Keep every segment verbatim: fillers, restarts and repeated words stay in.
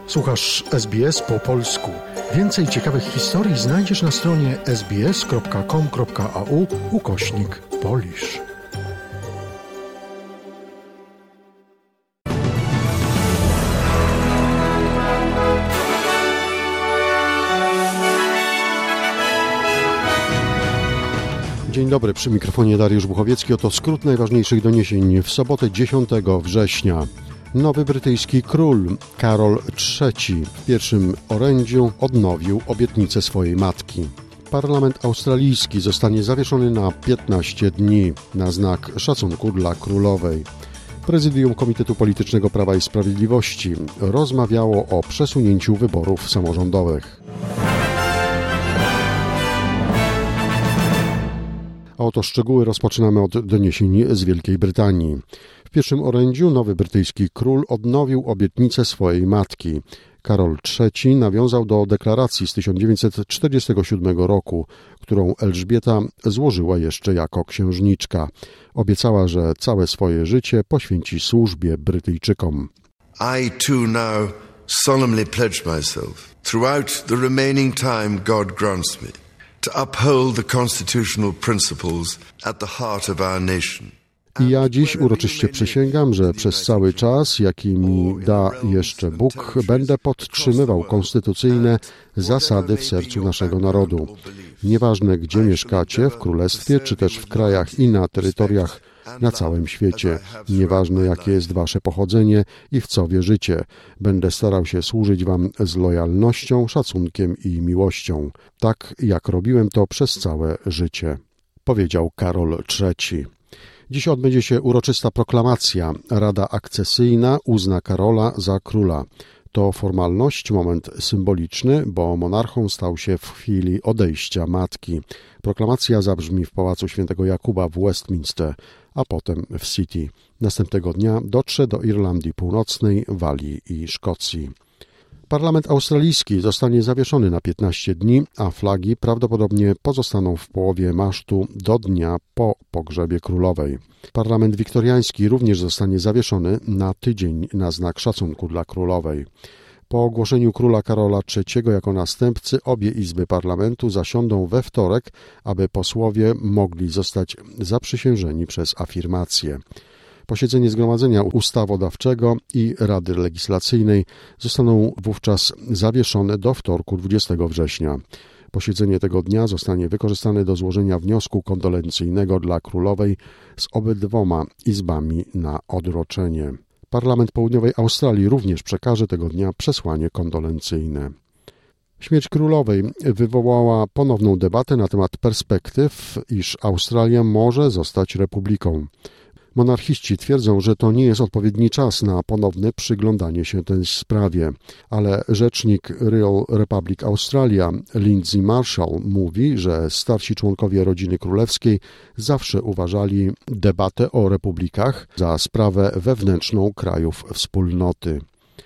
Słuchasz S B S po polsku. Więcej ciekawych historii znajdziesz na stronie sbs.com.au ukośnik Polish. Dzień dobry, przy mikrofonie Dariusz Buchowiecki. Oto skrót najważniejszych doniesień w sobotę dziesiątego września. Nowy brytyjski król Karol trzeci w pierwszym orędziu odnowił obietnicę swojej matki. Parlament australijski zostanie zawieszony na piętnaście dni na znak szacunku dla królowej. Prezydium Komitetu Politycznego Prawa i Sprawiedliwości rozmawiało o przesunięciu wyborów samorządowych. A oto szczegóły rozpoczynamy od doniesień z Wielkiej Brytanii. W pierwszym orędziu nowy brytyjski król odnowił obietnicę swojej matki. Karol trzeci nawiązał do deklaracji z tysiąc dziewięćset czterdziestego siódmego roku, którą Elżbieta złożyła jeszcze jako księżniczka. Obiecała, że całe swoje życie poświęci służbie Brytyjczykom. I too now solemnly pledge myself throughout the remaining time God grants me to uphold the constitutional principles at the heart of our nation. I ja dziś uroczyście przysięgam, że przez cały czas, jaki mi da jeszcze Bóg, będę podtrzymywał konstytucyjne zasady w sercu naszego narodu. Nieważne, gdzie mieszkacie, w królestwie, czy też w krajach i na terytoriach na całym świecie. Nieważne, jakie jest wasze pochodzenie i w co wierzycie. Będę starał się służyć wam z lojalnością, szacunkiem i miłością. Tak, jak robiłem to przez całe życie, powiedział Karol trzeci. Dziś odbędzie się uroczysta proklamacja. Rada akcesyjna uzna Karola za króla. To formalność, moment symboliczny, bo monarchą stał się w chwili odejścia matki. Proklamacja zabrzmi w Pałacu Świętego Jakuba w Westminster, a potem w City. Następnego dnia dotrze do Irlandii Północnej, Walii i Szkocji. Parlament australijski zostanie zawieszony na piętnaście dni, a flagi prawdopodobnie pozostaną w połowie masztu do dnia po pogrzebie królowej. Parlament wiktoriański również zostanie zawieszony na tydzień na znak szacunku dla królowej. Po ogłoszeniu króla Karola trzeciego jako następcy obie izby parlamentu zasiądą we wtorek, aby posłowie mogli zostać zaprzysiężeni przez afirmację. Posiedzenie Zgromadzenia Ustawodawczego i Rady Legislacyjnej zostaną wówczas zawieszone do wtorku dwudziestego września. Posiedzenie tego dnia zostanie wykorzystane do złożenia wniosku kondolencyjnego dla królowej z obydwoma izbami na odroczenie. Parlament Południowej Australii również przekaże tego dnia przesłanie kondolencyjne. Śmierć królowej wywołała ponowną debatę na temat perspektyw, iż Australia może zostać republiką. Monarchiści twierdzą, że to nie jest odpowiedni czas na ponowne przyglądanie się tej sprawie, ale rzecznik Real Republic Australia Lindsay Marshall mówi, że starsi członkowie rodziny królewskiej zawsze uważali debatę o republikach za sprawę wewnętrzną krajów wspólnoty.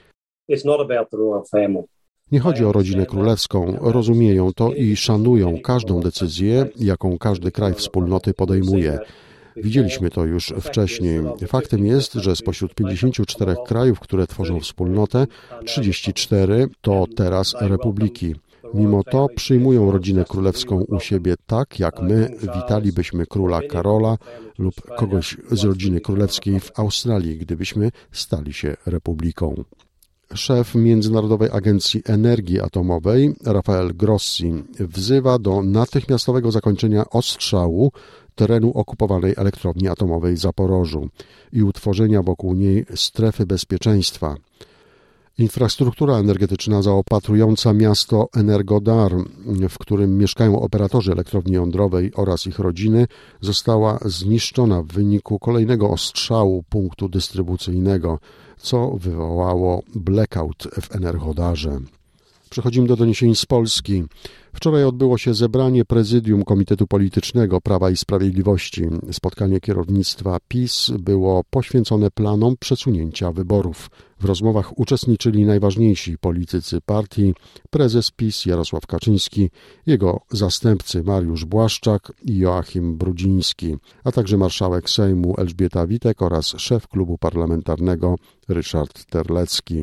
Nie chodzi o rodzinę królewską, rozumieją to i szanują każdą decyzję, jaką każdy kraj wspólnoty podejmuje. Widzieliśmy to już wcześniej. Faktem jest, że spośród pięćdziesięciu czterech krajów, które tworzą wspólnotę, trzydzieści cztery to teraz republiki. Mimo to przyjmują rodzinę królewską u siebie tak, jak my witalibyśmy króla Karola lub kogoś z rodziny królewskiej w Australii, gdybyśmy stali się republiką. Szef Międzynarodowej Agencji Energii Atomowej, Rafael Grossi, wzywa do natychmiastowego zakończenia ostrzału terenu okupowanej elektrowni atomowej w Zaporożu i utworzenia wokół niej strefy bezpieczeństwa. Infrastruktura energetyczna zaopatrująca miasto Energodar, w którym mieszkają operatorzy elektrowni jądrowej oraz ich rodziny, została zniszczona w wyniku kolejnego ostrzału punktu dystrybucyjnego, co wywołało blackout w Energodarze. Przechodzimy do doniesień z Polski. Wczoraj odbyło się zebranie Prezydium Komitetu Politycznego Prawa i Sprawiedliwości. Spotkanie kierownictwa PiS było poświęcone planom przesunięcia wyborów. W rozmowach uczestniczyli najważniejsi politycy partii, prezes PiS Jarosław Kaczyński, jego zastępcy Mariusz Błaszczak i Joachim Brudziński, a także marszałek Sejmu Elżbieta Witek oraz szef klubu parlamentarnego Ryszard Terlecki.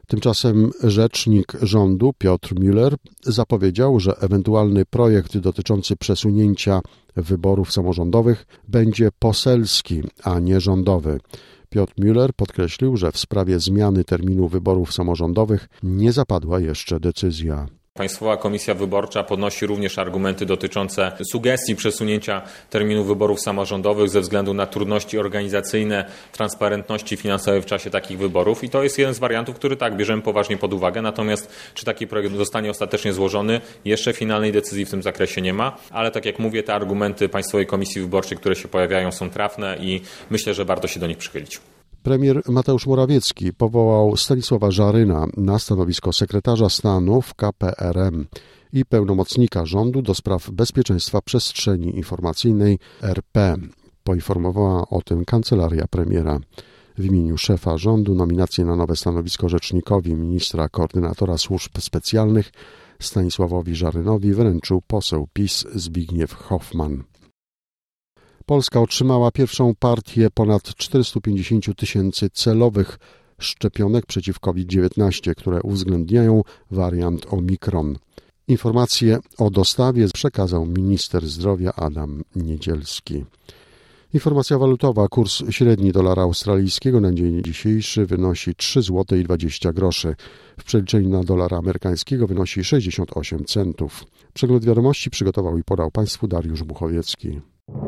Tymczasem rzecznik rządu Piotr Müller zapowiedział, że ewentualny projekt dotyczący przesunięcia wyborów samorządowych będzie poselski, a nie rządowy. Piotr Müller podkreślił, że w sprawie zmiany terminu wyborów samorządowych nie zapadła jeszcze decyzja. Państwowa Komisja Wyborcza podnosi również argumenty dotyczące sugestii przesunięcia terminu wyborów samorządowych ze względu na trudności organizacyjne, transparentności finansowej w czasie takich wyborów i to jest jeden z wariantów, który tak bierzemy poważnie pod uwagę. Natomiast czy taki projekt zostanie ostatecznie złożony, jeszcze finalnej decyzji w tym zakresie nie ma, ale tak jak mówię, te argumenty Państwowej Komisji Wyborczej, które się pojawiają, są trafne i myślę, że warto się do nich przychylić. Premier Mateusz Morawiecki powołał Stanisława Żaryna na stanowisko sekretarza stanu w K P R M i pełnomocnika rządu do spraw bezpieczeństwa przestrzeni informacyjnej R P. Poinformowała o tym kancelaria premiera. W imieniu szefa rządu nominację na nowe stanowisko rzecznikowi ministra koordynatora służb specjalnych Stanisławowi Żarynowi wręczył poseł PiS Zbigniew Hoffman. Polska otrzymała pierwszą partię ponad czterysta pięćdziesiąt tysięcy celowych szczepionek przeciw COVID dziewiętnaście, które uwzględniają wariant Omikron. Informacje o dostawie przekazał minister zdrowia Adam Niedzielski. Informacja walutowa. Kurs średni dolara australijskiego na dzień dzisiejszy wynosi trzy złote dwadzieścia groszy. W przeliczeniu na dolara amerykańskiego wynosi sześćdziesiąt osiem centów. Przegląd wiadomości przygotował i podał Państwu Dariusz Buchowiecki.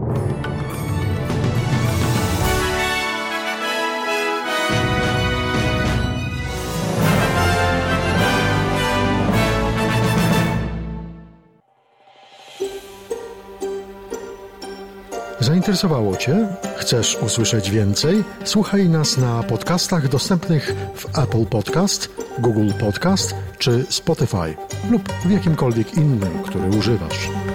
Zainteresowało Cię? Chcesz usłyszeć więcej? Słuchaj nas na podcastach dostępnych w Apple Podcast, Google Podcast czy Spotify lub w jakimkolwiek innym, który używasz.